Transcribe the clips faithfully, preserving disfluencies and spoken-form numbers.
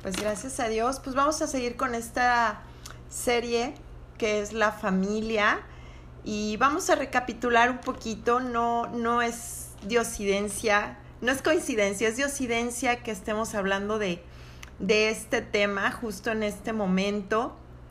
Pues gracias a Dios, pues vamos a seguir con esta serie que es la familia y vamos a recapitular un poquito. No, no es diosidencia, no es coincidencia, es diosidencia que estemos hablando de, de este tema justo en este momento.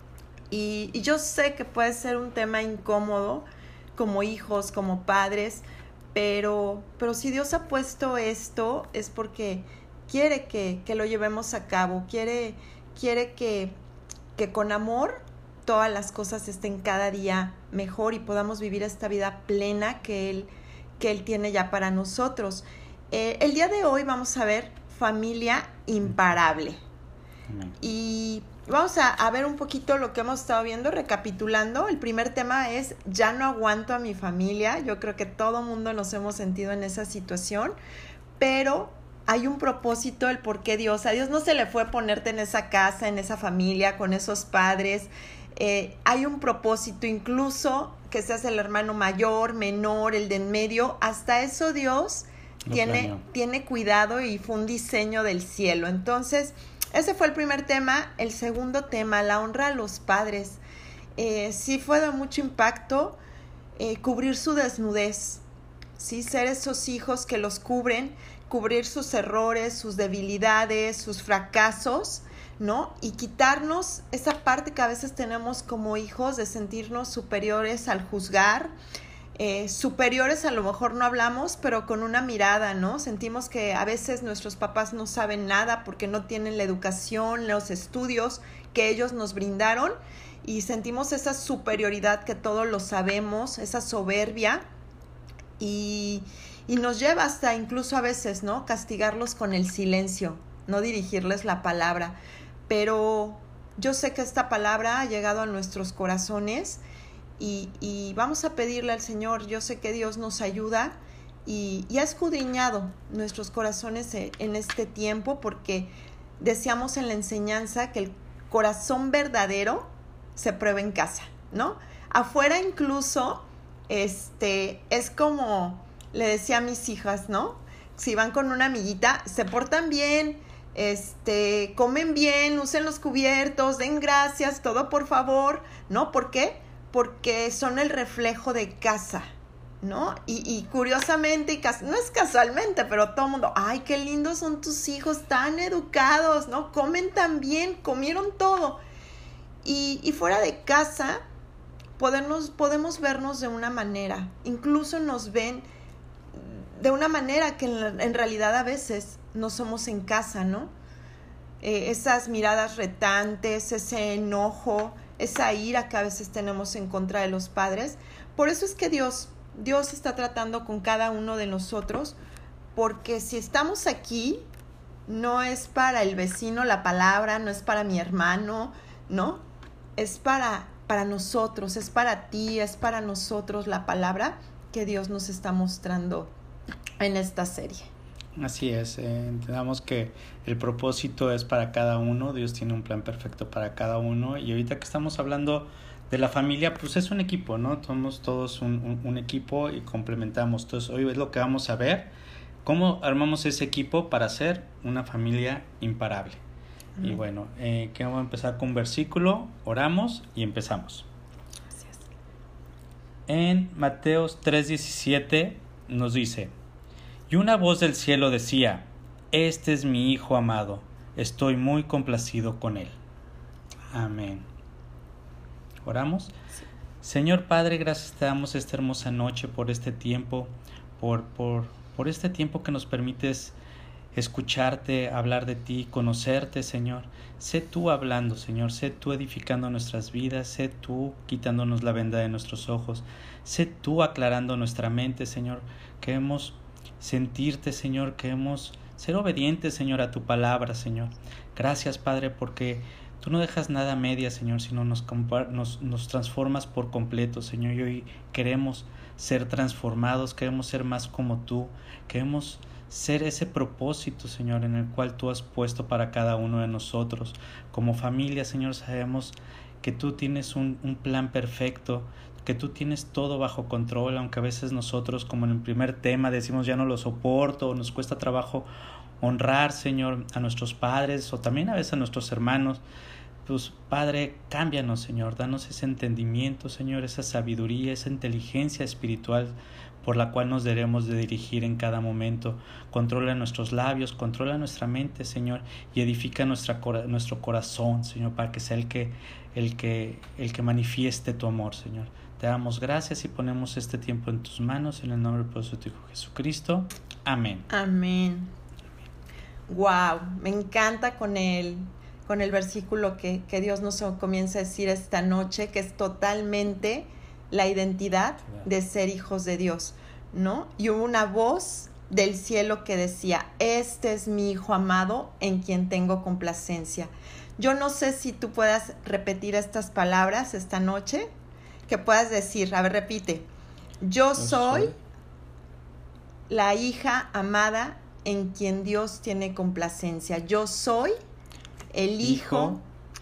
Y, y yo sé que puede ser un tema incómodo como hijos, como padres, pero, pero si Dios ha puesto esto es porque quiere que, que lo llevemos a cabo, quiere, quiere que, que con amor todas las cosas estén cada día mejor y podamos vivir esta vida plena que Él, que Él tiene ya para nosotros. Eh, el día de hoy vamos a ver familia imparable. Amén. Y vamos a, a ver un poquito lo que hemos estado viendo, recapitulando. El primer tema es, ya no aguanto a mi familia. Yo creo que todo mundo nos hemos sentido en esa situación, pero hay un propósito, el por qué Dios, a Dios no se le fue ponerte en esa casa, en esa familia, con esos padres. Eh, hay un propósito, incluso que seas el hermano mayor, menor, el de en medio, hasta eso Dios tiene, tiene cuidado y fue un diseño del cielo. Entonces, ese fue el primer tema. El segundo tema, la honra a los padres. Eh, sí fue de mucho impacto eh, cubrir su desnudez, ¿sí? Ser esos hijos que los cubren, cubrir sus errores, sus debilidades, sus fracasos, ¿no? Y quitarnos esa parte que a veces tenemos como hijos de sentirnos superiores al juzgar, eh, superiores a lo mejor no hablamos, pero con una mirada, ¿no? Sentimos que a veces nuestros papás no saben nada porque no tienen la educación, los estudios que ellos nos brindaron y sentimos esa superioridad que todo lo sabemos, esa soberbia y... Y nos lleva hasta incluso a veces, ¿no? Castigarlos con el silencio, no dirigirles la palabra. Pero yo sé que esta palabra ha llegado a nuestros corazones y, y vamos a pedirle al Señor. Yo sé que Dios nos ayuda y, y ha escudriñado nuestros corazones en este tiempo porque decíamos en la enseñanza que el corazón verdadero se prueba en casa, ¿no? Afuera incluso este, es como... Le decía a mis hijas, ¿no? Si van con una amiguita, se portan bien, este, comen bien, usen los cubiertos, den gracias, todo por favor, ¿no? ¿Por qué? Porque son el reflejo de casa, ¿no? Y, y curiosamente, y cas- no es casualmente, pero todo el mundo, ay, qué lindos son tus hijos, tan educados, ¿no? Comen tan bien, comieron todo. Y, y fuera de casa, podemos, podemos vernos de una manera, incluso nos ven de una manera que en, en realidad a veces no somos en casa, ¿no? Eh, esas miradas retantes, ese enojo, esa ira que a veces tenemos en contra de los padres. Por eso es que Dios, Dios está tratando con cada uno de nosotros, porque si estamos aquí, no es para el vecino la palabra, no es para mi hermano, ¿no? Es para, para nosotros, es para ti, es para nosotros la palabra que Dios nos está mostrando en esta serie. Así es, eh, entendamos que el propósito es para cada uno, Dios tiene un plan perfecto para cada uno y ahorita que estamos hablando de la familia, pues es un equipo, ¿no? Somos todos un, un, un equipo y complementamos. Entonces hoy es lo que vamos a ver, cómo armamos ese equipo para ser una familia imparable. Amén. Y bueno, eh, que vamos a empezar con un versículo, oramos y empezamos. Gracias. En Mateo tres diecisiete nos dice: y una voz del cielo decía, este es mi Hijo amado, estoy muy complacido con él. Amén. ¿Oramos? Sí. Señor Padre, gracias te damos esta hermosa noche por este tiempo, por, por, por este tiempo que nos permites escucharte, hablar de ti, conocerte, Señor. Sé tú hablando, Señor, sé tú edificando nuestras vidas, sé tú quitándonos la venda de nuestros ojos, sé tú aclarando nuestra mente, Señor. Queremos sentirte, Señor, queremos ser obedientes, Señor, a tu palabra, Señor. Gracias, Padre, porque tú no dejas nada a media, Señor, sino nos, nos, nos transformas por completo, Señor. Y hoy queremos ser transformados, queremos ser más como tú, queremos ser ese propósito, Señor, en el cual tú has puesto para cada uno de nosotros. Como familia, Señor, sabemos que tú tienes un, un plan perfecto, que tú tienes todo bajo control, aunque a veces nosotros, como en el primer tema, decimos ya no lo soporto, nos cuesta trabajo honrar, Señor, a nuestros padres o también a veces a nuestros hermanos. Pues, Padre, cámbianos, Señor, danos ese entendimiento, Señor, esa sabiduría, esa inteligencia espiritual por la cual nos debemos de dirigir en cada momento. Controla nuestros labios, controla nuestra mente, Señor, y edifica nuestra, nuestro corazón, Señor, para que sea el que, el que, el que manifieste tu amor, Señor. Te damos gracias y ponemos este tiempo en tus manos, en el nombre poderoso de tu Hijo Jesucristo. Amén. Amén. Wow, me encanta con el, con el versículo que, que Dios nos comienza a decir esta noche, que es totalmente la identidad de ser hijos de Dios, ¿no? Y hubo una voz del cielo que decía, este es mi Hijo amado en quien tengo complacencia. Yo no sé si tú puedas repetir estas palabras esta noche, que puedas decir, a ver, repite, yo, yo soy, soy la hija amada en quien Dios tiene complacencia. Yo soy el Hijo, hijo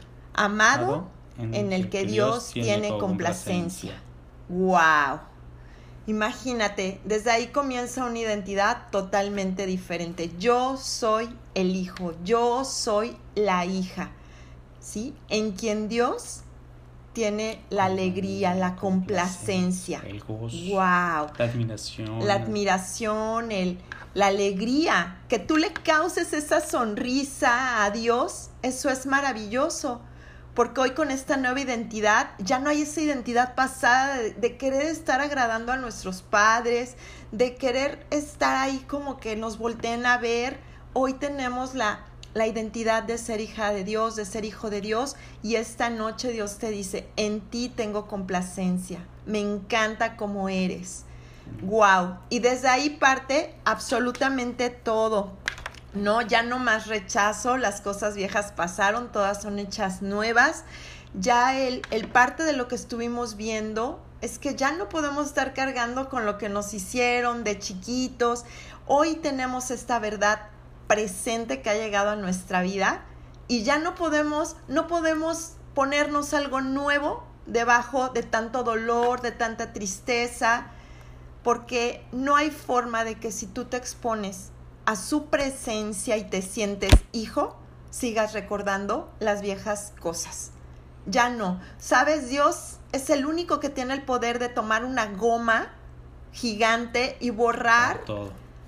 amado en, en el que, que Dios, Dios tiene complacencia. complacencia. ¡Wow! Imagínate, desde ahí comienza una identidad totalmente diferente. Yo soy el Hijo, yo soy la hija, ¿sí? En quien Dios tiene la alegría, la complacencia. El gozo. ¡Wow! La admiración. La admiración, el, la alegría. Que tú le causes esa sonrisa a Dios, eso es maravilloso. Porque hoy con esta nueva identidad, ya no hay esa identidad pasada de, de querer estar agradando a nuestros padres, de querer estar ahí como que nos volteen a ver. Hoy tenemos la, la identidad de ser hija de Dios, de ser hijo de Dios, y esta noche Dios te dice, en ti tengo complacencia, me encanta como eres. Wow. Y desde ahí parte absolutamente todo. No, ya no más rechazo, las cosas viejas pasaron, todas son hechas nuevas. Ya el, el parte de lo que estuvimos viendo es que ya no podemos estar cargando con lo que nos hicieron de chiquitos. Hoy tenemos esta verdad presente que ha llegado a nuestra vida y ya no podemos, no podemos ponernos algo nuevo debajo de tanto dolor, de tanta tristeza, porque no hay forma de que si tú te expones a su presencia y te sientes hijo, sigas recordando las viejas cosas. Ya no. ¿Sabes? Dios es el único que tiene el poder de tomar una goma gigante y borrar todo,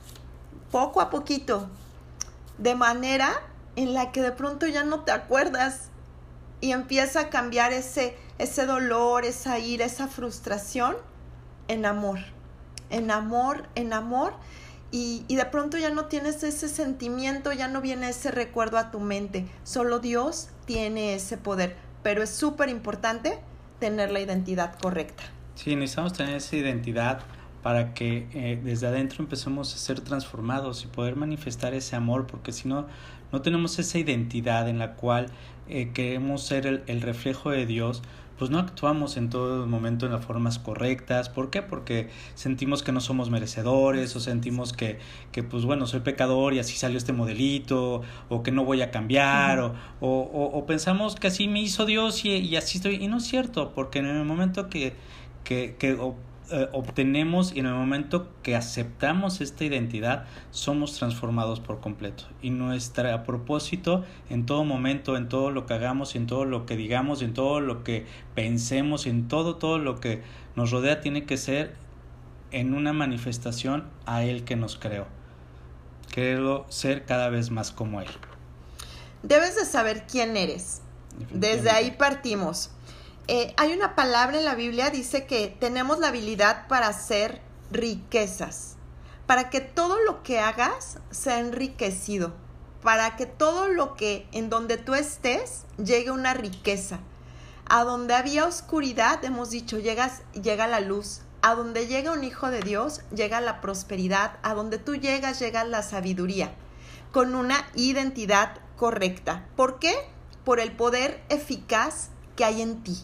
poco a poquito, de manera en la que de pronto ya no te acuerdas y empieza a cambiar ese, ese dolor, esa ira, esa frustración en amor, en amor, en amor. Y, y de pronto ya no tienes ese sentimiento, ya no viene ese recuerdo a tu mente. Solo Dios tiene ese poder. Pero es súper importante tener la identidad correcta. Sí, necesitamos tener esa identidad para que eh, desde adentro empecemos a ser transformados y poder manifestar ese amor, porque si no, no tenemos esa identidad en la cual eh, queremos ser el, el reflejo de Dios, pues no actuamos en todo momento en las formas correctas. ¿Por qué? Porque sentimos que no somos merecedores, o sentimos que, que pues bueno, soy pecador y así salió este modelito, o que no voy a cambiar, uh-huh. o, o, o pensamos que así me hizo Dios y, y así estoy. Y no es cierto, porque en el momento que, que, que o, eh, obtenemos y en el momento que aceptamos esta identidad, somos transformados por completo. Y nuestro propósito en todo momento, en todo lo que hagamos, en todo lo que digamos, en todo lo que pensemos, en todo, todo lo que nos rodea, tiene que ser en una manifestación a Él que nos creó. Quererlo ser cada vez más como Él. Debes de saber quién eres. Desde ahí partimos. Eh, hay una palabra en la Biblia, dice que tenemos la habilidad para hacer riquezas, para que todo lo que hagas sea enriquecido, para que todo lo que en donde tú estés llegue una riqueza. A donde había oscuridad, hemos dicho, llegas, llega la luz. A donde llega un hijo de Dios, llega la prosperidad. A donde tú llegas, llega la sabiduría, con una identidad correcta. ¿Por qué? Por el poder eficaz que hay en ti.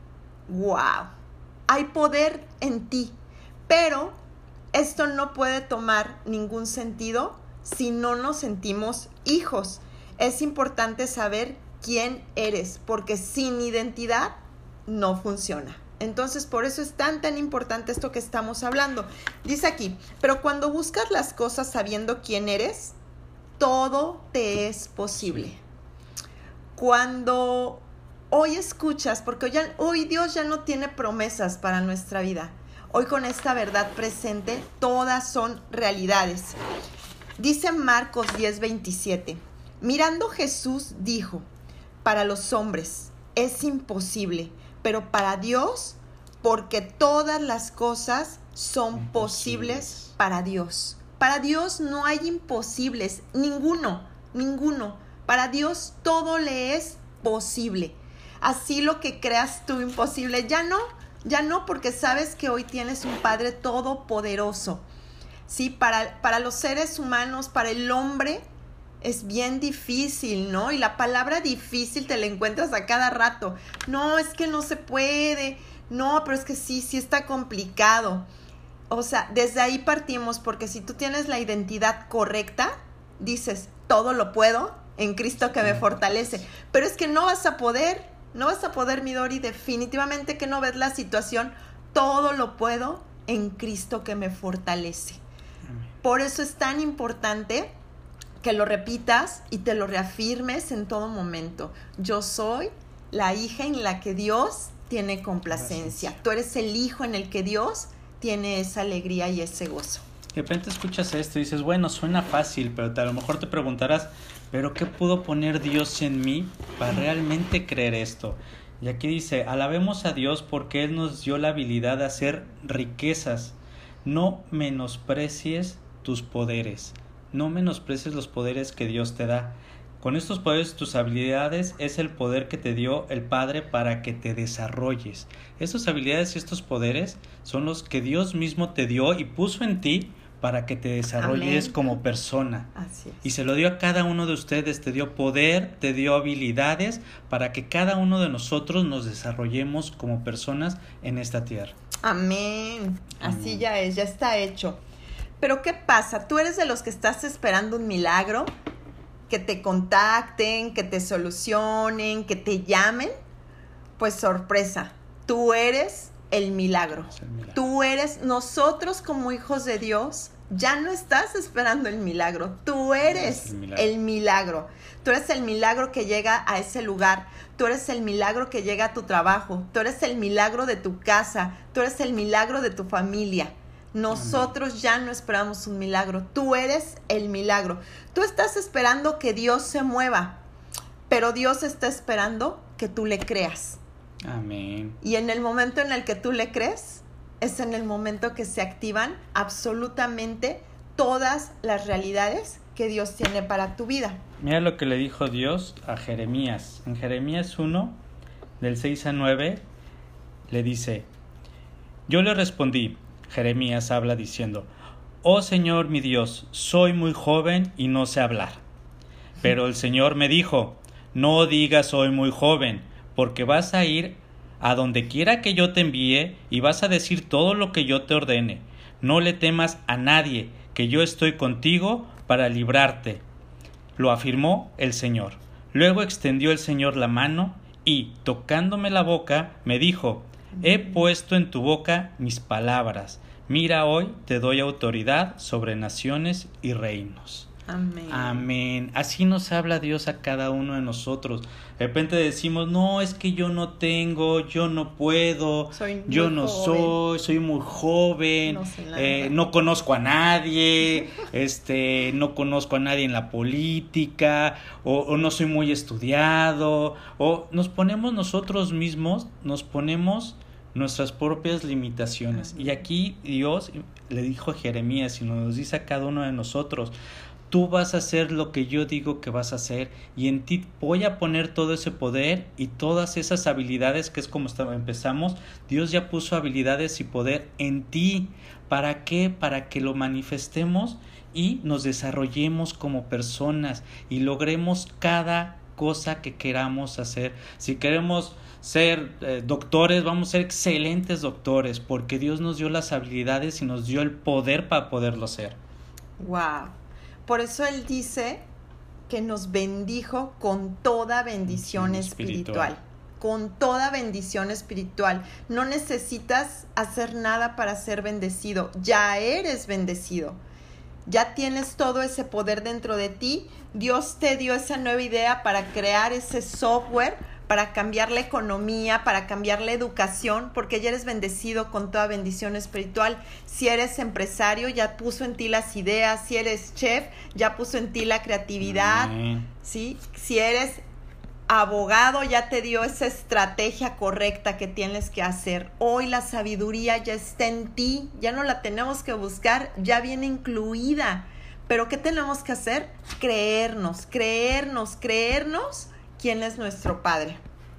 ¡Wow! Hay poder en ti, pero esto no puede tomar ningún sentido si no nos sentimos hijos. Es importante saber quién eres, porque sin identidad no funciona. Entonces, por eso es tan, tan importante esto que estamos hablando. Dice aquí, pero cuando buscas las cosas sabiendo quién eres, todo te es posible. Cuando hoy escuchas, porque hoy, ya, hoy Dios ya no tiene promesas para nuestra vida. Hoy con esta verdad presente, todas son realidades. Dice Marcos diez veintisiete, mirando Jesús dijo, para los hombres es imposible, pero para Dios, porque todas las cosas son posibles para Dios. Para Dios no hay imposibles, ninguno, ninguno. Para Dios todo le es posible. Así lo que creas tú imposible, ya no, ya no, porque sabes que hoy tienes un Padre todopoderoso. Sí, para, para los seres humanos, para el hombre, es bien difícil, ¿no? Y la palabra difícil te la encuentras a cada rato. No, es que no se puede. No, pero es que sí, sí está complicado. O sea, desde ahí partimos, porque si tú tienes la identidad correcta, dices, todo lo puedo en Cristo que me fortalece. Pero es que no vas a poder, no vas a poder, mi Dori, definitivamente que no ves la situación. Todo lo puedo en Cristo que me fortalece. Por eso es tan importante que lo repitas y te lo reafirmes en todo momento. Yo soy la hija en la que Dios tiene complacencia. Tú eres el hijo en el que Dios tiene esa alegría y ese gozo. De repente escuchas esto y dices, bueno, suena fácil, pero te, a lo mejor te preguntarás, ¿pero qué pudo poner Dios en mí para realmente creer esto? Y aquí dice, alabemos a Dios porque Él nos dio la habilidad de hacer riquezas. No menosprecies tus poderes. No menosprecies los poderes que Dios te da. Con estos poderes, tus habilidades es el poder que te dio el Padre para que te desarrolles. Estas habilidades y estos poderes son los que Dios mismo te dio y puso en ti para que te desarrolles Amén. Como persona. Así es. Y se lo dio a cada uno de ustedes, te dio poder, te dio habilidades para que cada uno de nosotros nos desarrollemos como personas en esta tierra. Amén. Así Amén. Ya es, ya está hecho. Pero ¿qué pasa? ¿Tú eres de los que estás esperando un milagro? Que te contacten, que te solucionen, que te llamen. Pues sorpresa, tú eres el milagro. el milagro. Tú eres, nosotros como hijos de Dios, ya no estás esperando el milagro. Tú eres el milagro. el milagro. Tú eres el milagro que llega a ese lugar. Tú eres el milagro que llega a tu trabajo. Tú eres el milagro de tu casa. Tú eres el milagro de tu familia. Nosotros Amén. Ya no esperamos un milagro. Tú eres el milagro. Tú estás esperando que Dios se mueva, pero Dios está esperando que tú le creas. Amén. Y en el momento en el que tú le crees, es en el momento que se activan absolutamente todas las realidades que Dios tiene para tu vida. Mira lo que le dijo Dios a Jeremías. En Jeremías uno, del seis a nueve, le dice, yo le respondí, Jeremías habla diciendo, oh Señor mi Dios, soy muy joven y no sé hablar. Pero el Señor me dijo, no digas soy muy joven, porque vas a ir a donde quiera que yo te envíe y vas a decir todo lo que yo te ordene. No le temas a nadie, que yo estoy contigo para librarte. Lo afirmó el Señor. Luego extendió el Señor la mano y, tocándome la boca, me dijo, he puesto en tu boca mis palabras. Mira, hoy te doy autoridad sobre naciones y reinos. Amén. Amén. Así nos habla Dios a cada uno de nosotros. De repente decimos, no, es que yo no tengo, yo no puedo, soy yo no joven. soy, soy muy joven, no, sé eh, no conozco a nadie, este, no conozco a nadie en la política, o, o no soy muy estudiado, o nos ponemos nosotros mismos, nos ponemos nuestras propias limitaciones. Y aquí Dios le dijo a Jeremías y nos dice a cada uno de nosotros, tú vas a hacer lo que yo digo que vas a hacer y en ti voy a poner todo ese poder y todas esas habilidades, que es como empezamos. Dios ya puso habilidades y poder en ti. ¿Para qué? Para que lo manifestemos y nos desarrollemos como personas y logremos cada cosa que queramos hacer. Si queremos ser eh, doctores, vamos a ser excelentes doctores porque Dios nos dio las habilidades y nos dio el poder para poderlo hacer. Wow. Por eso Él dice que nos bendijo con toda bendición espiritual. espiritual. Con toda bendición espiritual. No necesitas hacer nada para ser bendecido. Ya eres bendecido. Ya tienes todo ese poder dentro de ti. Dios te dio esa nueva idea para crear ese software, para cambiar la economía, para cambiar la educación, porque ya eres bendecido con toda bendición espiritual. Si eres empresario, ya puso en ti las ideas. Si eres chef, ya puso en ti la creatividad. ¿Sí? Si eres abogado, ya te dio esa estrategia correcta que tienes que hacer. Hoy la sabiduría ya está en ti, ya no la tenemos que buscar, ya viene incluida. Pero ¿qué tenemos que hacer? Creernos, creernos, creernos quién es nuestro Padre.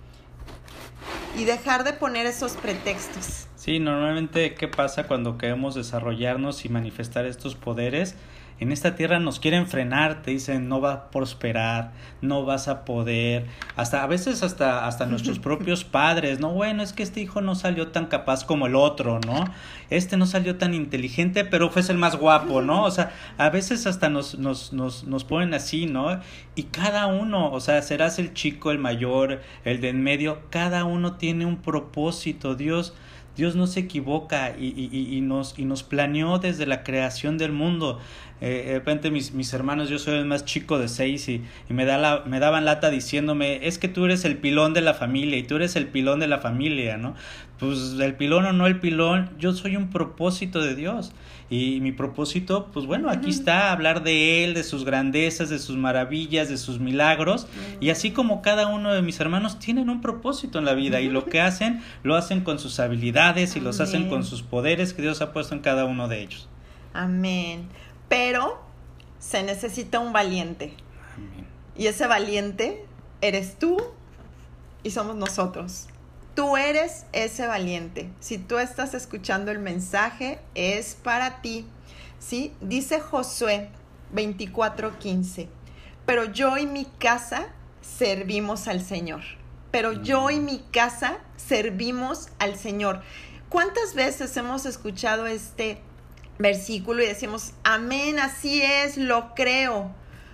Y dejar de poner esos pretextos. Sí, normalmente, ¿qué pasa cuando queremos desarrollarnos y manifestar estos poderes? En esta tierra nos quieren frenar, te dicen no va a prosperar, no vas a poder, hasta a veces hasta, hasta nuestros propios padres, no, bueno, es que este hijo no salió tan capaz como el otro, ¿no? Este no salió tan inteligente, pero fue el más guapo, ¿no? O sea, a veces hasta nos, nos, nos, nos ponen así, ¿no? Y cada uno, o sea, serás el chico, el mayor, el de en medio, cada uno tiene un propósito. Dios Dios no se equivoca y, y, y, nos, y nos planeó desde la creación del mundo. Eh, de repente mis, mis hermanos, yo soy el más chico de seis y, y me, da la, me daban lata diciéndome, es que tú eres el pilón de la familia y tú eres el pilón de la familia, ¿no? Pues el pilón o no el pilón, yo soy un propósito de Dios. Y mi propósito, pues bueno, aquí está, hablar de Él, de sus grandezas, de sus maravillas, de sus milagros. Y así como cada uno de mis hermanos tienen un propósito en la vida y lo que hacen, lo hacen con sus habilidades y los hacen con sus poderes que Dios ha puesto en cada uno de ellos. Amén. Pero se necesita un valiente. Amén. Y ese valiente eres tú y somos nosotros. Tú eres ese valiente. Si tú estás escuchando el mensaje, es para ti. ¿Sí? Dice Josué veinticuatro quince. Pero yo y mi casa servimos al Señor. Pero yo y mi casa servimos al Señor. ¿Cuántas veces hemos escuchado este versículo y decimos, amén, así es, lo creo?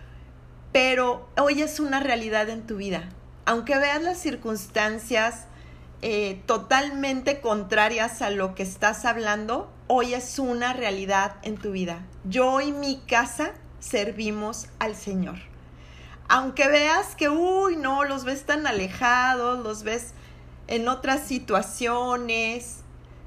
Pero hoy es una realidad en tu vida. Aunque veas las circunstancias eh, totalmente contrarias a lo que estás hablando, hoy es una realidad en tu vida. Yo y mi casa servimos al Señor. Aunque veas que, uy, no, los ves tan alejados, los ves en otras situaciones,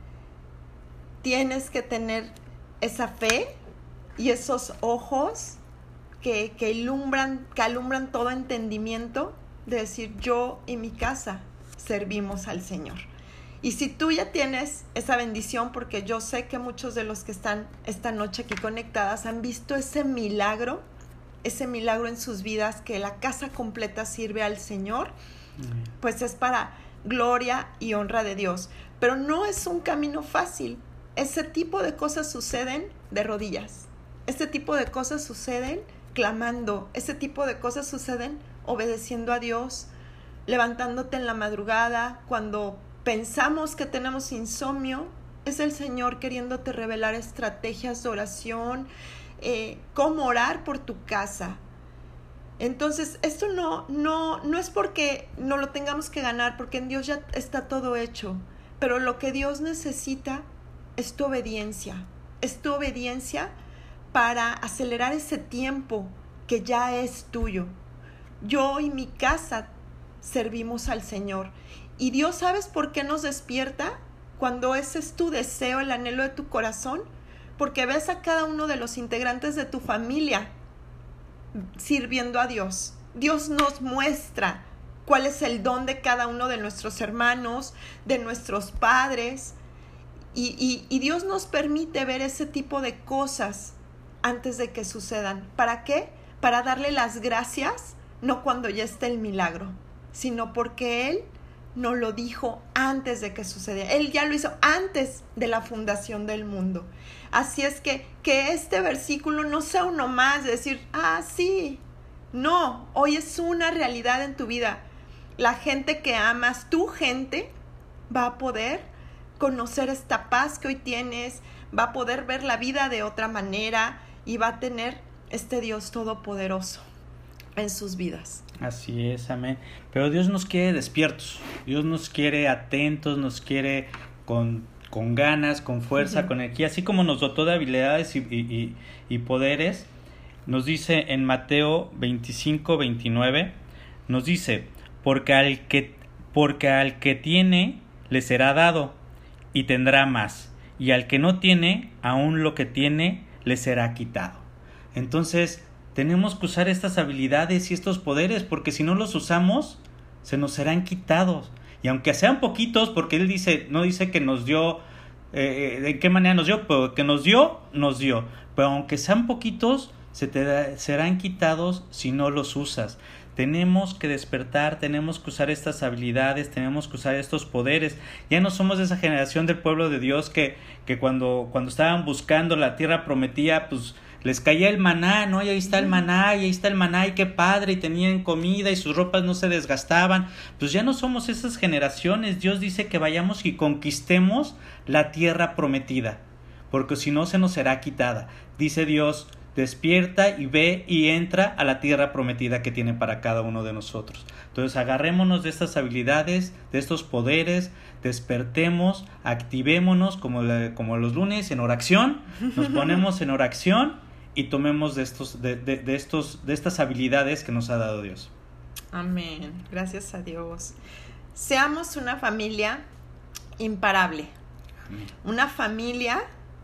tienes que tener esa fe y esos ojos que, que, ilumbran, que alumbran todo entendimiento de decir, yo y mi casa servimos al Señor. Y si tú ya tienes esa bendición, porque yo sé que muchos de los que están esta noche aquí conectadas han visto ese milagro, ese milagro en sus vidas, que la casa completa sirve al Señor, mm. pues es para gloria y honra de Dios. Pero no es un camino fácil. Ese tipo de cosas suceden de rodillas. Ese tipo de cosas suceden clamando. Ese tipo de cosas suceden obedeciendo a Dios, levantándote en la madrugada. Cuando pensamos que tenemos insomnio, es el Señor queriéndote revelar estrategias de oración, eh, cómo orar por tu casa. Entonces, esto no, no, no es porque no lo tengamos que ganar, porque en Dios ya está todo hecho. Pero lo que Dios necesita es tu obediencia. Es tu obediencia para acelerar ese tiempo que ya es tuyo. Yo y mi casa servimos al Señor. Y Dios, ¿sabes por qué nos despierta? Cuando ese es tu deseo, el anhelo de tu corazón, porque ves a cada uno de los integrantes de tu familia sirviendo a Dios. Dios nos muestra cuál es el don de cada uno de nuestros hermanos, de nuestros padres, y, y, y Dios nos permite ver ese tipo de cosas antes de que sucedan. ¿Para qué? Para darle las gracias, no cuando ya esté el milagro, sino porque Él nos lo dijo antes de que sucediera. Él ya lo hizo antes de la fundación del mundo. Así es que, que este versículo no sea uno más de decir, ah, sí. No, hoy es una realidad en tu vida. La gente que amas, tu gente, va a poder conocer esta paz que hoy tienes, va a poder ver la vida de otra manera y va a tener este Dios todopoderoso en sus vidas. Así es, amén. Pero Dios nos quiere despiertos, Dios nos quiere atentos, nos quiere con, con ganas, con fuerza, uh-huh. con energía, así como nos dotó de habilidades y, y, y, y poderes. Nos dice en Mateo veinticinco, veintinueve, nos dice, porque al que, porque al que tiene le será dado y tendrá más, y al que no tiene, aún lo que tiene le será quitado. Entonces tenemos que usar estas habilidades y estos poderes, porque si no los usamos, se nos serán quitados. Y aunque sean poquitos, porque él dice, no dice que nos dio, eh, de qué manera nos dio, pero que nos dio, nos dio. Pero aunque sean poquitos, se te da, serán quitados si no los usas. Tenemos que despertar, tenemos que usar estas habilidades, tenemos que usar estos poderes. Ya no somos de esa generación del pueblo de Dios que, que cuando, cuando estaban buscando la tierra prometida, pues les caía el maná, ¿no? Y ahí está el maná, y ahí está el maná, y qué padre, y tenían comida, y sus ropas no se desgastaban. Pues ya no somos esas generaciones. Dios dice que vayamos y conquistemos la tierra prometida, porque si no se nos será quitada. Dice Dios, despierta y ve y entra a la tierra prometida que tiene para cada uno de nosotros. Entonces agarrémonos de estas habilidades, de estos poderes, despertemos, activémonos como, la, como los lunes en oración, nos ponemos en oración y tomemos de estos, de, de, de estos, de estas habilidades que nos ha dado Dios. Amén. Gracias a Dios. Seamos una familia imparable. Amén. Una familia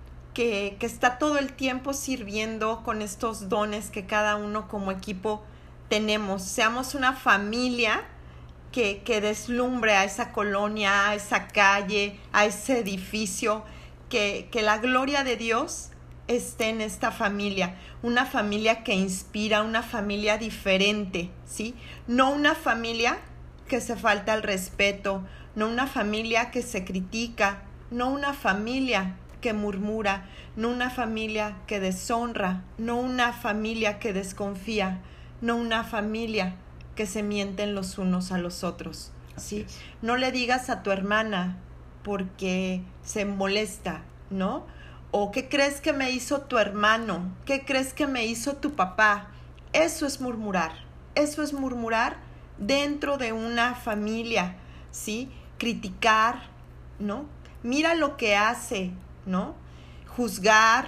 que, que está todo el tiempo sirviendo con estos dones que cada uno como equipo tenemos. Seamos una familia que, que deslumbre a esa colonia, a esa calle, a ese edificio, que, que la gloria de Dios esté en esta familia, una familia que inspira, una familia diferente, ¿sí? No una familia que se falta el respeto, no una familia que se critica, no una familia que murmura, no una familia que deshonra, no una familia que desconfía, no una familia que se mienten los unos a los otros, ¿sí? No le digas a tu hermana porque se molesta, ¿no? O ¿qué crees que me hizo tu hermano? ¿Qué crees que me hizo tu papá? Eso es murmurar, eso es murmurar dentro de una familia, ¿sí? Criticar, ¿no? Mira lo que hace, ¿no? Juzgar,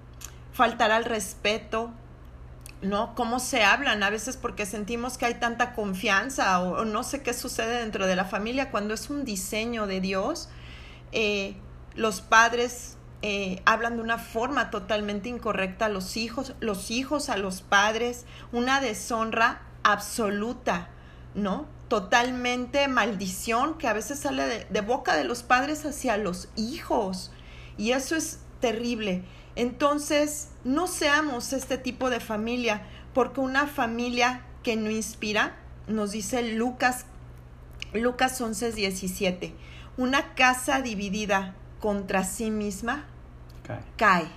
faltar al respeto, ¿no? Cómo se hablan a veces porque sentimos que hay tanta confianza o, o no sé qué sucede dentro de la familia cuando es un diseño de Dios. Eh, los padres eh, hablan de una forma totalmente incorrecta a los hijos, los hijos a los padres, una deshonra absoluta, ¿no? Totalmente maldición que a veces sale de, de boca de los padres hacia los hijos y eso es terrible. Entonces no seamos este tipo de familia, porque una familia que no inspira, nos dice Lucas Lucas once diecisiete, una casa dividida contra sí misma cae. cae.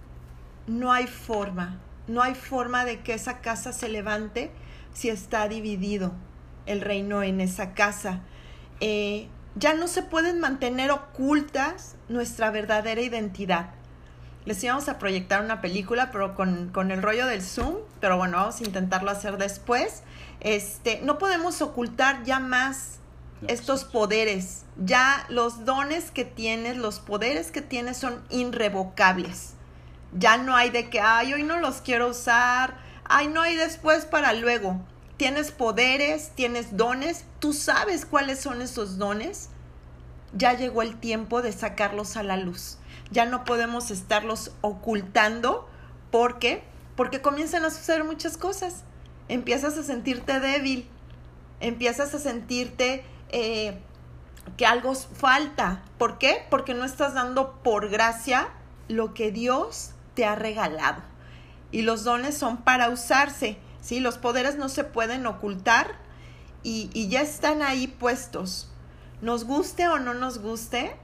No hay forma, no hay forma de que esa casa se levante si está dividido el reino en esa casa. Eh, ya no se pueden mantener ocultas nuestra verdadera identidad. Les íbamos a proyectar una película, pero con, con el rollo del Zoom, pero bueno, vamos a intentarlo hacer después. Este, no podemos ocultar ya más estos poderes. Ya los dones que tienes, los poderes que tienes son irrevocables. Ya no hay de que, ay, hoy no los quiero usar, ay, no hay después para luego. Tienes poderes, tienes dones, tú sabes cuáles son esos dones. Ya llegó el tiempo de sacarlos a la luz. Ya no podemos estarlos ocultando. ¿Por qué? Porque comienzan a suceder muchas cosas. Empiezas a sentirte débil. Empiezas a sentirte eh, que algo falta. ¿Por qué? Porque no estás dando por gracia lo que Dios te ha regalado. Y los dones son para usarse, ¿sí? Los poderes no se pueden ocultar y, y ya están ahí puestos. Nos guste o no nos guste,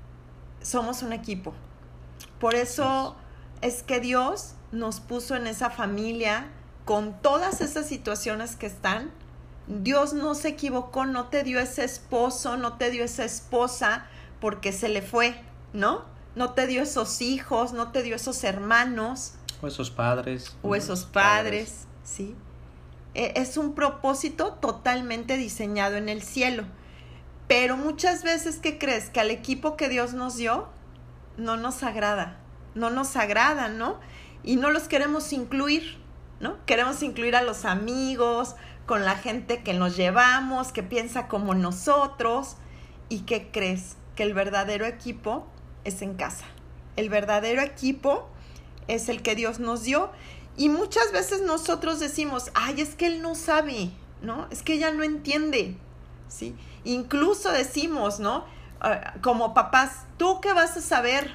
somos un equipo. Por eso es que Dios nos puso en esa familia con todas esas situaciones que están. Dios no se equivocó, no te dio ese esposo, no te dio esa esposa porque se le fue, ¿no? No te dio esos hijos, no te dio esos hermanos. O esos padres. O esos padres, padres. ¿Sí? Es un propósito totalmente diseñado en el cielo. Pero muchas veces, ¿qué crees? Que al equipo que Dios nos dio no nos agrada, no nos agrada, ¿no? Y no los queremos incluir, ¿no? Queremos incluir a los amigos, con la gente que nos llevamos, que piensa como nosotros. ¿Y qué crees? Que el verdadero equipo es en casa. El verdadero equipo es el que Dios nos dio. Y muchas veces nosotros decimos, ay, es que él no sabe, ¿no? Es que ella no entiende, ¿sí? Incluso decimos, ¿no? Uh, como papás, ¿tú qué vas a saber?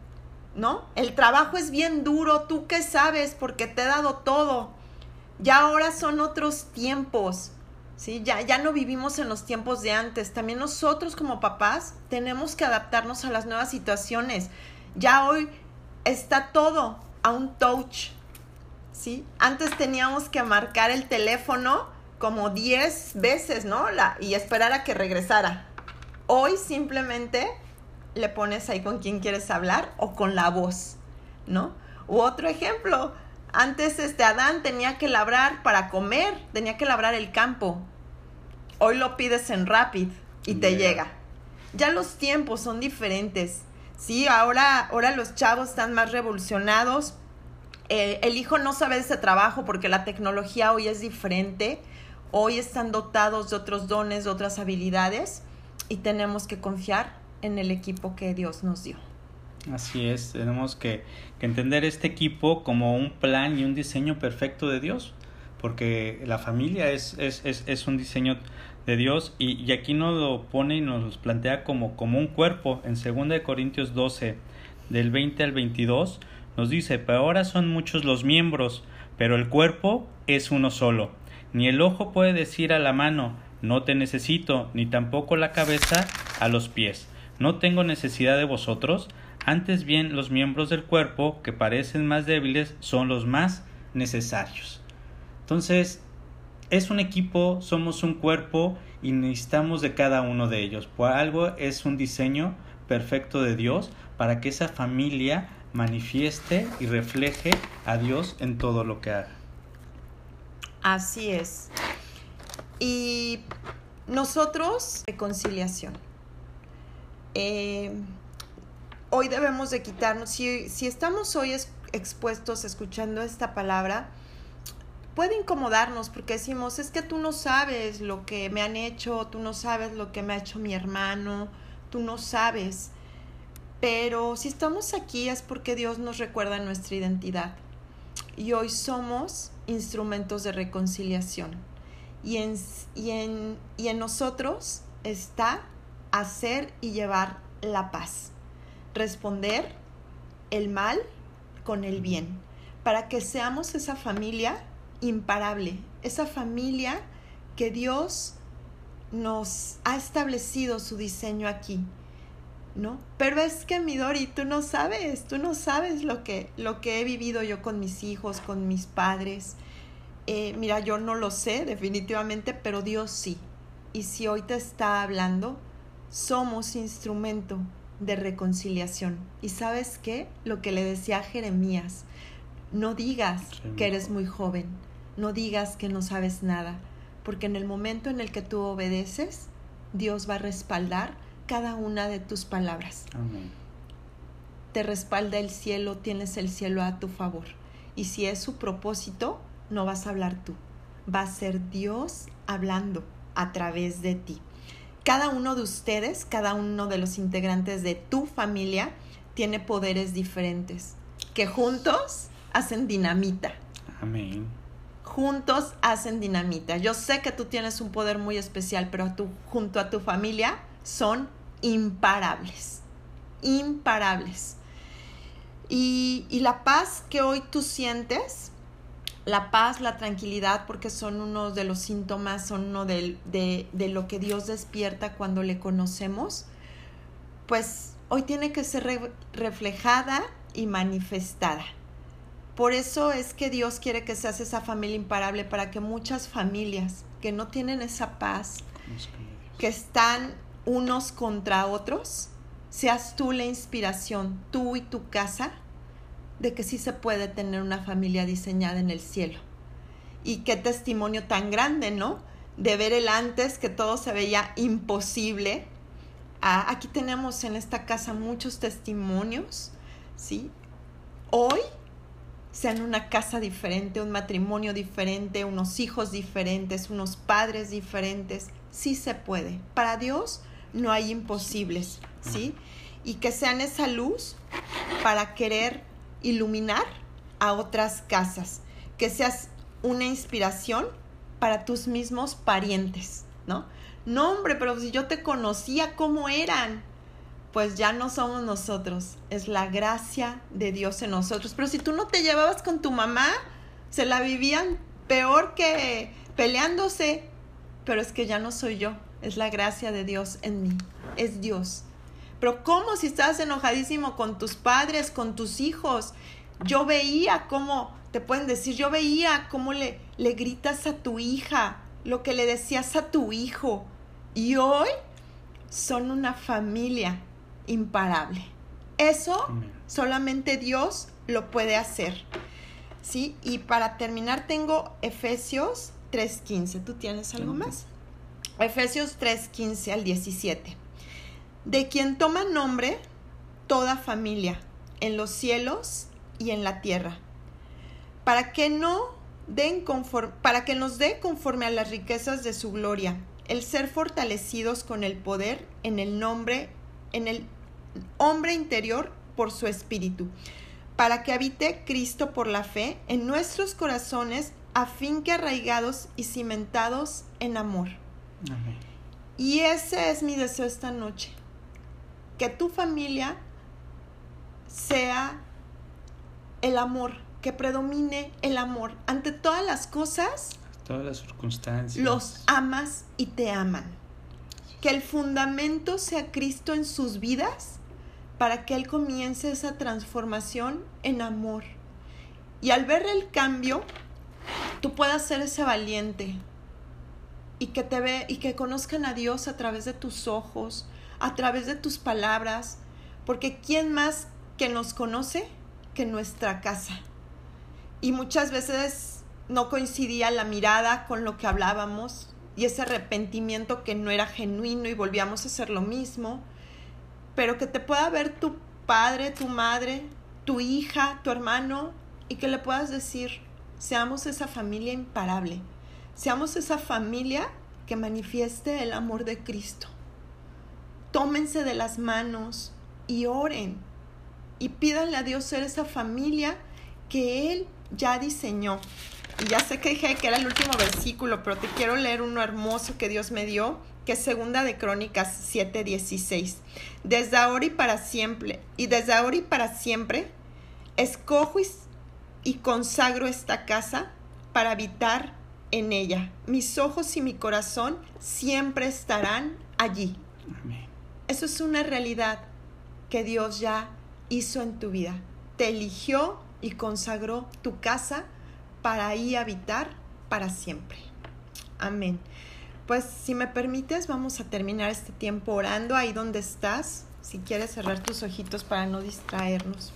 ¿No? El trabajo es bien duro, ¿tú qué sabes? Porque te he dado todo. Ya ahora son otros tiempos, ¿sí? Ya, ya no vivimos en los tiempos de antes. También nosotros como papás tenemos que adaptarnos a las nuevas situaciones. Ya hoy está todo a un touch, ¿sí? Antes teníamos que marcar el teléfono como diez veces, ¿no? La, y esperar a que regresara. Hoy simplemente le pones ahí con quién quieres hablar o con la voz, ¿no? U otro ejemplo, antes este Adán tenía que labrar para comer, tenía que labrar el campo. Hoy lo pides en Rapid y te llega. llega. Ya los tiempos son diferentes, ¿sí? Ahora, ahora los chavos están más revolucionados. Eh, el hijo no sabe de ese trabajo porque la tecnología hoy es diferente. Hoy están dotados de otros dones, de otras habilidades y tenemos que confiar en el equipo que Dios nos dio. Así es, tenemos que, que entender este equipo como un plan y un diseño perfecto de Dios, porque la familia es, es, es, es un diseño de Dios y, y aquí nos lo pone y nos lo plantea como, como un cuerpo. En segunda de Corintios doce, del veinte al veintidós, nos dice, pero ahora son muchos los miembros, pero el cuerpo es uno solo. Ni el ojo puede decir a la mano, no te necesito, ni tampoco la cabeza a los pies. No tengo necesidad de vosotros, antes bien los miembros del cuerpo que parecen más débiles son los más necesarios. Entonces, es un equipo, somos un cuerpo y necesitamos de cada uno de ellos. Por algo es un diseño perfecto de Dios para que esa familia manifieste y refleje a Dios en todo lo que haga. Así es. Y nosotros, reconciliación. Eh, hoy debemos de quitarnos, si, si estamos hoy es, expuestos escuchando esta palabra, puede incomodarnos porque decimos, es que tú no sabes lo que me han hecho, tú no sabes lo que me ha hecho mi hermano, tú no sabes. Pero si estamos aquí es porque Dios nos recuerda nuestra identidad. Y hoy somos instrumentos de reconciliación. Y en, y en, y en nosotros está hacer y llevar la paz. Responder el mal con el bien. Para que seamos esa familia imparable. Esa familia que Dios nos ha establecido su diseño aquí, ¿no? Pero es que, mi Dori, tú no sabes, tú no sabes lo que, lo que he vivido yo con mis hijos, con mis padres. Eh, mira, yo no lo sé definitivamente, pero Dios sí. Y si hoy te está hablando, somos instrumento de reconciliación. ¿Y sabes qué? Lo que le decía a Jeremías, no digas que eres muy joven, no digas que no sabes nada, porque en el momento en el que tú obedeces, Dios va a respaldar cada una de tus palabras. Amén. Te respalda el cielo, tienes el cielo a tu favor. Y si es su propósito, no vas a hablar tú, va a ser Dios hablando a través de ti. Cada uno de ustedes, cada uno de los integrantes de tu familia tiene poderes diferentes que juntos hacen dinamita. Amén. Juntos hacen dinamita. Yo sé que tú tienes un poder muy especial, pero tú, junto a tu familia son imparables. Imparables. Y, y la paz que hoy tú sientes, la paz, la tranquilidad, porque son uno de los síntomas, son uno de, de, de lo que Dios despierta cuando le conocemos, pues hoy tiene que ser re, reflejada y manifestada. Por eso es que Dios quiere que seas esa familia imparable, para que muchas familias que no tienen esa paz, que están unos contra otros, seas tú la inspiración, tú y tu casa, de que sí se puede tener una familia diseñada en el cielo. Y qué testimonio tan grande, ¿no? de ver el antes, que todo se veía imposible. Ah, aquí tenemos en esta casa muchos testimonios, ¿sí? Hoy sean una casa diferente, un matrimonio diferente, unos hijos diferentes, unos padres diferentes. Sí se puede. Para Dios no hay imposibles, ¿sí? Y que sean esa luz para querer iluminar a otras casas. Que seas una inspiración para tus mismos parientes, ¿no? No, hombre, pero si yo te conocía, ¿cómo eran? Pues ya no somos nosotros, es la gracia de Dios en nosotros. Pero si tú no te llevabas con tu mamá, se la vivían peor que peleándose. Pero es que ya no soy yo, es la gracia de Dios en mí, es Dios. Pero ¿cómo si estás enojadísimo con tus padres, con tus hijos? Yo veía cómo, te pueden decir, yo veía cómo le, le gritas a tu hija, lo que le decías a tu hijo. Y hoy son una familia imparable. Eso Amén. Solamente Dios lo puede hacer, ¿sí? Y para terminar tengo Efesios tres quince. ¿Tú tienes algo más? Efesios tres quince al diecisiete. De quien toma nombre toda familia en los cielos y en la tierra, para que no den conforme, para que nos dé conforme a las riquezas de su gloria, el ser fortalecidos con el poder en el nombre, en el hombre interior por su espíritu, para que habite Cristo por la fe en nuestros corazones, a fin que arraigados y cimentados en amor. Amén. Y ese es mi deseo esta noche, que tu familia sea el amor, que predomine el amor. Ante todas las cosas, todas las circunstancias, los amas y te aman. Que el fundamento sea Cristo en sus vidas, para que Él comience esa transformación en amor. Y al ver el cambio, tú puedas ser ese valiente y que te ve y que conozcan a Dios a través de tus ojos, a través de tus palabras, porque ¿quién más que nos conoce que nuestra casa? Y muchas veces no coincidía la mirada con lo que hablábamos y ese arrepentimiento que no era genuino y volvíamos a hacer lo mismo, pero que te pueda ver tu padre, tu madre, tu hija, tu hermano, y que le puedas decir, seamos esa familia imparable, seamos esa familia que manifieste el amor de Cristo. Tómense de las manos y oren y pídanle a Dios ser esa familia que Él ya diseñó. Y ya sé que dije que era el último versículo, pero te quiero leer uno hermoso que Dios me dio, que es segunda de Crónicas siete dieciséis. Desde ahora y para siempre, y desde ahora y para siempre, escojo y, y consagro esta casa para habitar en ella. Mis ojos y mi corazón siempre estarán allí. Amén. Eso es una realidad que Dios ya hizo en tu vida. Te eligió y consagró tu casa para ahí habitar para siempre. Amén. Pues si me permites, vamos a terminar este tiempo orando ahí donde estás. Si quieres cerrar tus ojitos para no distraernos.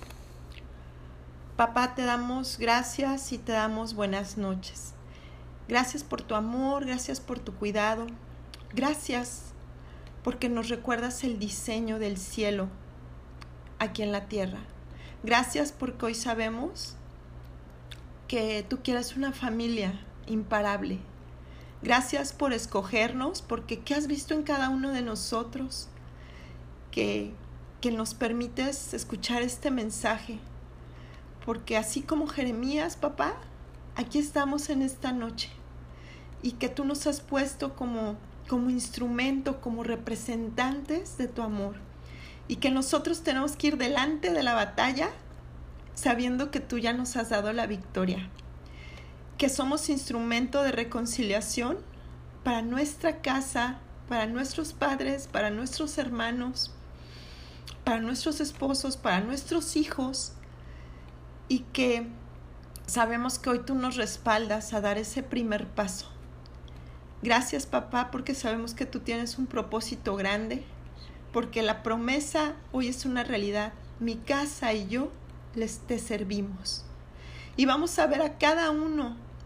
Papá, te damos gracias y te damos buenas noches. Gracias por tu amor, gracias por tu cuidado. Gracias porque nos recuerdas el diseño del cielo aquí en la tierra. Gracias porque hoy sabemos que tú quieres una familia imparable. Gracias por escogernos, porque ¿qué has visto en cada uno de nosotros? Que, que nos permites escuchar este mensaje. Porque así como Jeremías, papá, aquí estamos en esta noche. Y que tú nos has puesto como, como instrumento, como representantes de tu amor. Y que nosotros tenemos que ir delante de la batalla sabiendo que tú ya nos has dado la victoria. Que somos instrumento de reconciliación para nuestra casa, para nuestros padres, para nuestros hermanos, para nuestros esposos, para nuestros hijos, y que sabemos que hoy tú nos respaldas a dar ese primer paso. Gracias, papá, porque sabemos que tú tienes un propósito grande, porque la promesa hoy es una realidad. Mi casa y yo les te servimos. Y vamos a ver a cada uno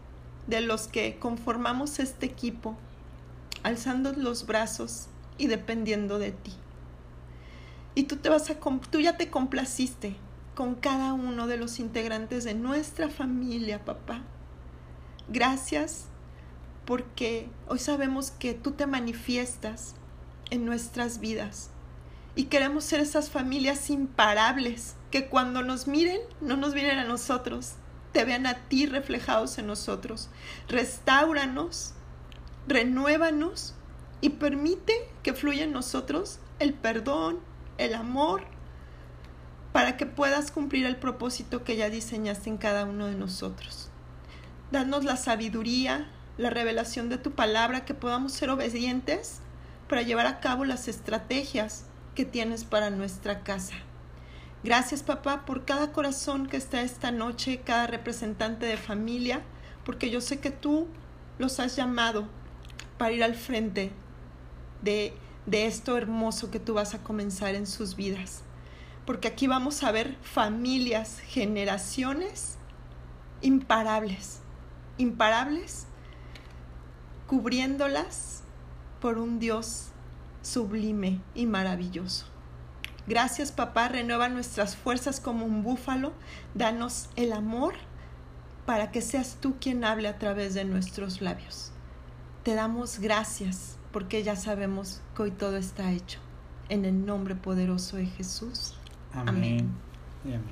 de los que conformamos este equipo, alzando los brazos y dependiendo de ti. Y tú, te vas a, tú ya te complaciste con cada uno de los integrantes de nuestra familia, papá. Gracias porque hoy sabemos que tú te manifiestas en nuestras vidas y queremos ser esas familias imparables que cuando nos miren, no nos miren a nosotros, te vean a ti reflejados en nosotros. Restáuranos, renuévanos y permite que fluya en nosotros el perdón, el amor, para que puedas cumplir el propósito que ya diseñaste en cada uno de nosotros. Danos la sabiduría, la revelación de tu palabra, que podamos ser obedientes para llevar a cabo las estrategias que tienes para nuestra casa. Gracias, papá, por cada corazón que está esta noche, cada representante de familia, porque yo sé que tú los has llamado para ir al frente de, de esto hermoso que tú vas a comenzar en sus vidas. Porque aquí vamos a ver familias, generaciones imparables, imparables, cubriéndolas por un Dios sublime y maravilloso. Gracias, papá, renueva nuestras fuerzas como un búfalo, danos el amor para que seas tú quien hable a través de nuestros labios. Te damos gracias porque ya sabemos que hoy todo está hecho. En el nombre poderoso de Jesús. Amén. Amén. Y amén.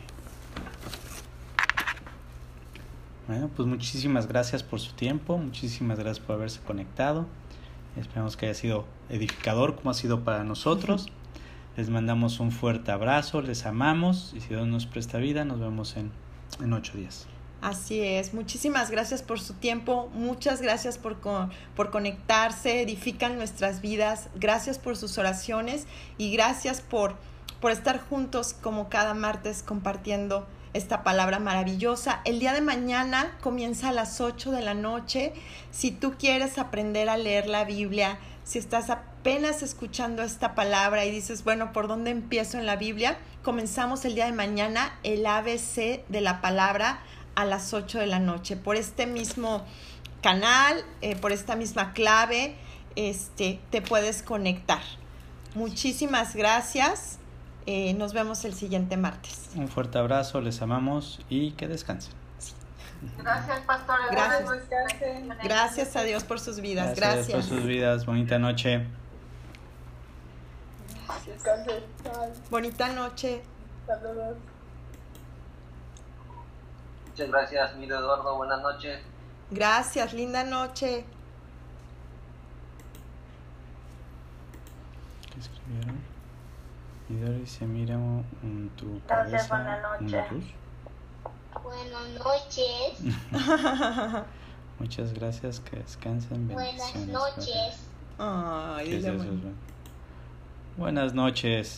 Bueno, pues muchísimas gracias por su tiempo, muchísimas gracias por haberse conectado. Esperamos que haya sido edificador como ha sido para nosotros. Uh-huh. Les mandamos un fuerte abrazo, les amamos y si Dios nos presta vida, nos vemos en, en ocho días. Así es, muchísimas gracias por su tiempo, muchas gracias por, por conectarse, edifican nuestras vidas, gracias por sus oraciones y gracias por, por estar juntos como cada martes compartiendo esta palabra maravillosa. El día de mañana comienza a las ocho de la noche. Si tú quieres aprender a leer la Biblia, si estás apenas escuchando esta palabra y dices, bueno, ¿por dónde empiezo en la Biblia? Comenzamos el día de mañana el A B C de la palabra a las ocho de la noche. Por este mismo canal, eh, por esta misma clave, este, te puedes conectar. Muchísimas gracias. Eh, nos vemos el siguiente martes. Un fuerte abrazo, les amamos y que descansen. Gracias, pastora. Gracias. Gracias, gracias a Dios por sus vidas. Gracias. Gracias por sus vidas. Bonita noche. Gracias. Bonita noche. Saludos. Muchas gracias, Miro Eduardo. Buenas noches. Gracias, linda noche. ¿Qué escribieron? Y se mira en tu Gracias, cabeza buenas noches. una luz. Buenas noches. Muchas gracias, que descansen. Buenas noches. Ay, ¿Qué es dile eso? bueno. Buenas noches.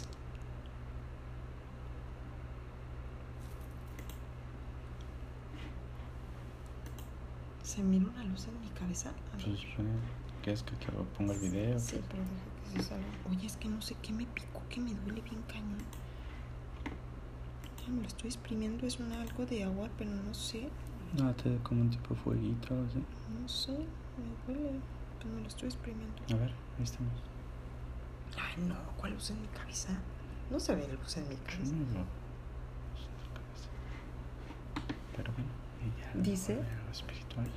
¿Se mira una luz en mi cabeza? A ver. Pues, ¿quieres que te ponga el video? Sí, pero deja que se salga. Oye, es que no sé qué me picó, que me duele bien cañón. Ya me lo estoy exprimiendo, es una, algo de agua, pero no sé. No, te da como un tipo de fueguito o así. No sé, me duele, pero me lo estoy exprimiendo. A ver, ahí estamos. Ay, no, ¿cuál luz en mi cabeza? No se ve luz en mi cabeza. No, no. Pero bueno, ella ¿Dice? Lo espiritual.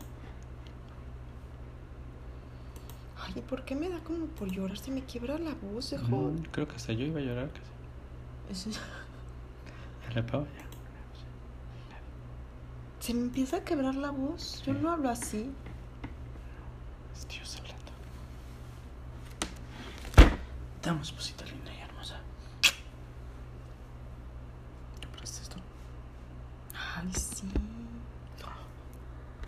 Ay, ¿y por qué me da como por llorar? Se me quiebra la voz, hijo. No, creo que hasta yo iba a llorar casi. Es- ¿Le pago ya? Se me empieza a quebrar la voz. Yo Sí. no hablo así. Es Dios hablando. Damos esposita linda y hermosa. ¿Compraste esto? Ay, sí.